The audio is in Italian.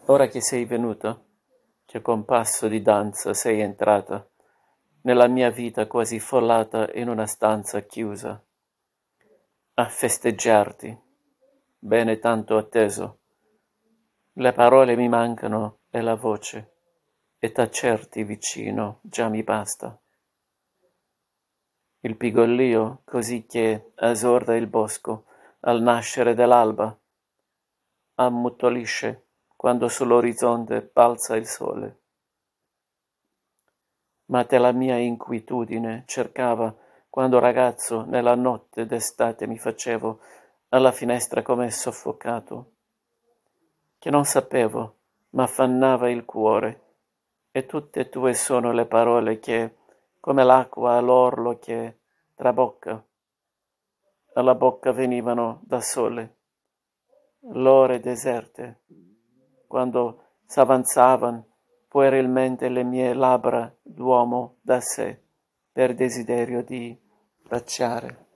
Ora che sei venuta, che con passo di danza sei entrata nella mia vita quasi follata in una stanza chiusa, a festeggiarti, bene tanto atteso, le parole mi mancano e la voce, e tacerti vicino già mi basta. Il pigollio così che esorda il bosco al nascere dell'alba, ammuttolisce quando sull'orizzonte balza il sole. Ma te la mia inquietudine cercava quando ragazzo nella notte d'estate mi facevo alla finestra come soffocato, che non sapevo, m'affannava il cuore, e tutte tue sono le parole che, come l'acqua all'orlo che trabocca, alla bocca venivano da sole, l'ore deserte, quando s'avanzavan puerilmente le mie labbra d'uomo da sé, per desiderio di baciare.